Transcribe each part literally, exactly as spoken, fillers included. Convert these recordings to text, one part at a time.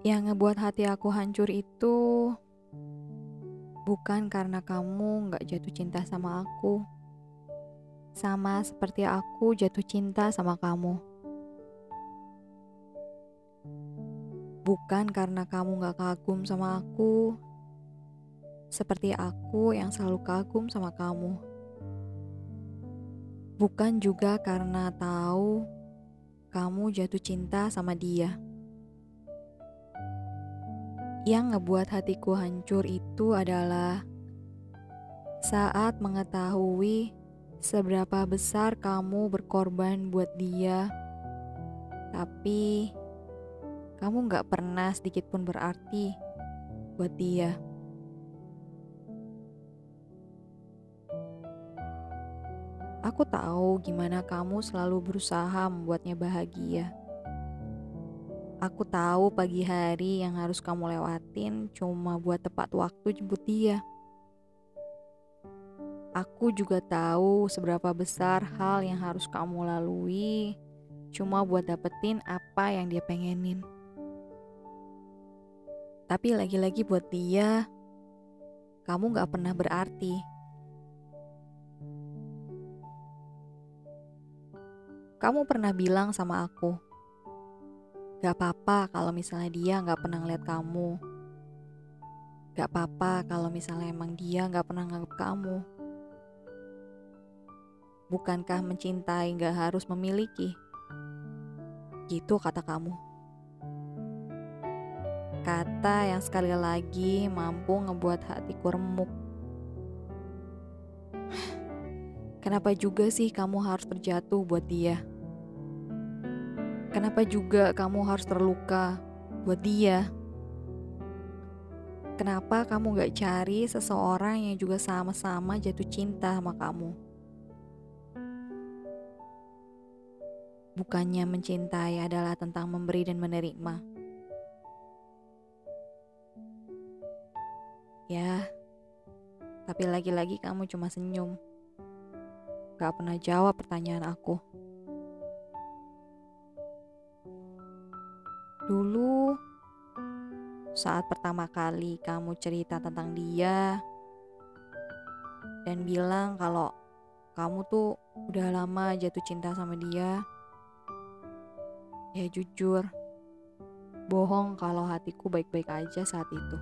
Yang ngebuat hati aku hancur itu bukan karena kamu gak jatuh cinta sama aku, sama seperti aku jatuh cinta sama kamu. Bukan karena kamu gak kagum sama aku, seperti aku yang selalu kagum sama kamu. Bukan juga karena tahu kamu jatuh cinta sama dia. Yang ngebuat hatiku hancur itu adalah saat mengetahui seberapa besar kamu berkorban buat dia, tapi kamu gak pernah sedikit pun berarti buat dia. Aku tahu gimana kamu selalu berusaha membuatnya bahagia. Aku tahu pagi hari yang harus kamu lewatin cuma buat tepat waktu jemput dia. Aku juga tahu seberapa besar hal yang harus kamu lalui cuma buat dapetin apa yang dia pengenin. Tapi lagi-lagi buat dia, kamu gak pernah berarti. Kamu pernah bilang sama aku, gak apa-apa kalau misalnya dia gak pernah ngeliat kamu. Gak apa-apa kalau misalnya emang dia gak pernah nganggep kamu. Bukankah mencintai gak harus memiliki? Gitu kata kamu. Kata yang sekali lagi mampu ngebuat hatiku remuk. Kenapa juga sih kamu harus terjatuh buat dia? Kenapa juga kamu harus terluka buat dia? Kenapa kamu gak cari seseorang yang juga sama-sama jatuh cinta sama kamu? Bukannya mencintai adalah tentang memberi dan menerima. Ya, tapi lagi-lagi kamu cuma senyum. Gak pernah jawab pertanyaan aku. Dulu, saat pertama kali kamu cerita tentang dia dan bilang kalau kamu tuh udah lama jatuh cinta sama dia, ya jujur, bohong kalau hatiku baik-baik aja saat itu.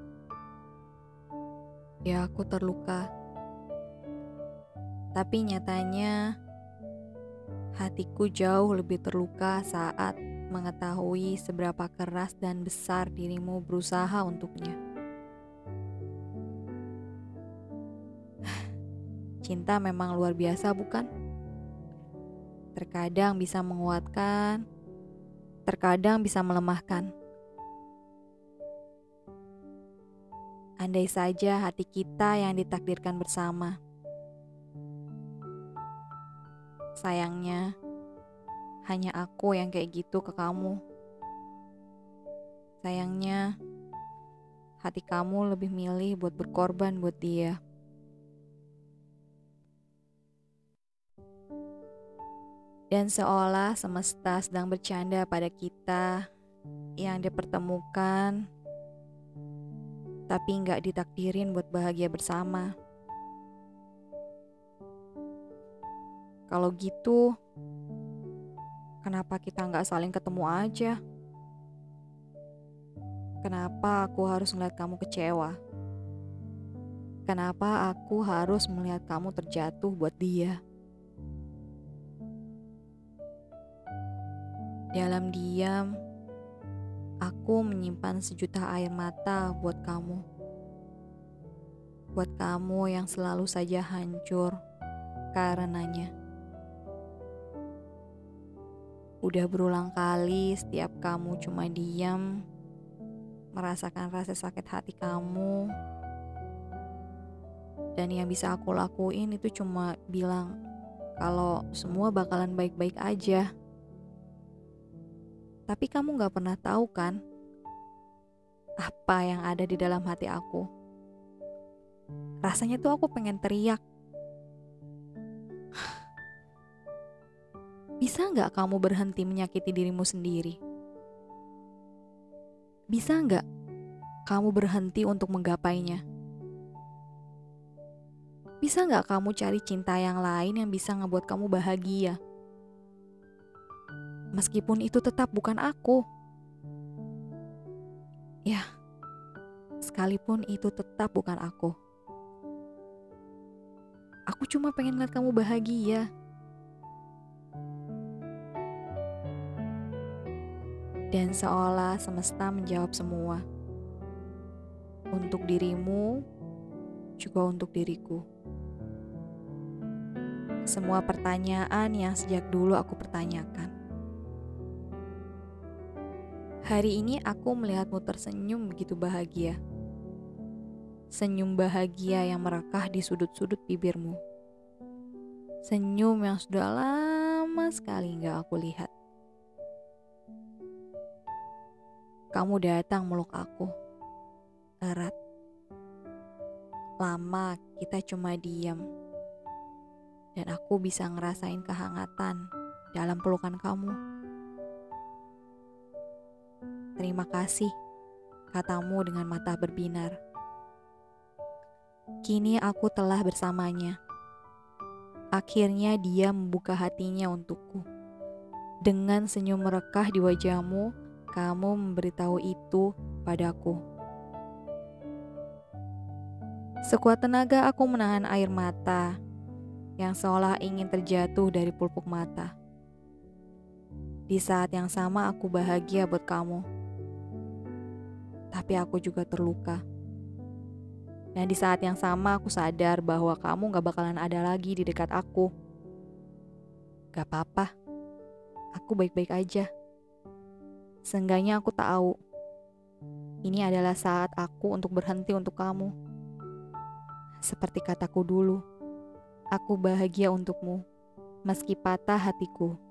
Ya aku terluka. Tapi nyatanya hatiku jauh lebih terluka saat mengetahui seberapa keras dan besar dirimu berusaha untuknya. Cinta memang luar biasa, bukan? Terkadang bisa menguatkan, terkadang bisa melemahkan. Andai saja hati kita yang ditakdirkan bersama. Sayangnya, hanya aku yang kayak gitu ke kamu. Sayangnya, hati kamu lebih milih buat berkorban buat dia. Dan seolah semesta sedang bercanda pada kita yang dipertemukan, tapi gak ditakdirin buat bahagia bersama. Kalau gitu, kenapa kita gak saling ketemu aja? Kenapa aku harus melihat kamu kecewa? Kenapa aku harus melihat kamu terjatuh buat dia? Dalam diam, aku menyimpan sejuta air mata buat kamu. Buat kamu yang selalu saja hancur karenanya. Udah berulang kali setiap kamu cuma diam, merasakan rasa sakit hati kamu. Dan yang bisa aku lakuin itu cuma bilang kalau semua bakalan baik-baik aja. Tapi kamu gak pernah tahu kan apa yang ada di dalam hati aku. Rasanya tuh aku pengen teriak. Bisa gak kamu berhenti menyakiti dirimu sendiri? Bisa nggak kamu berhenti untuk menggapainya? Bisa nggak kamu cari cinta yang lain yang bisa ngebuat kamu bahagia? Meskipun itu tetap bukan aku. Ya, sekalipun itu tetap bukan aku. Aku cuma pengen lihat kamu bahagia. Dan seolah semesta menjawab semua. Untuk dirimu, juga untuk diriku. Semua pertanyaan yang sejak dulu aku pertanyakan. Hari ini aku melihatmu tersenyum begitu bahagia. Senyum bahagia yang merekah di sudut-sudut bibirmu. Senyum yang sudah lama sekali gak aku lihat. Kamu datang meluk aku. Erat. Lama kita cuma diam. Dan aku bisa ngerasain kehangatan dalam pelukan kamu. Terima kasih, katamu dengan mata berbinar. Kini aku telah bersamanya. Akhirnya dia membuka hatinya untukku. Dengan senyum merekah di wajahmu, kamu memberitahu itu padaku. Sekuat tenaga aku menahan air mata yang seolah ingin terjatuh dari pulpuk mata. Di saat yang sama aku bahagia buat kamu. Tapi aku juga terluka. Dan di saat yang sama aku sadar bahwa kamu gak bakalan ada lagi di dekat aku. Gak apa-apa. Aku baik-baik aja. Seenggaknya aku tahu. Ini adalah saat aku untuk berhenti untuk kamu. Seperti kataku dulu. Aku bahagia untukmu. Meski patah hatiku.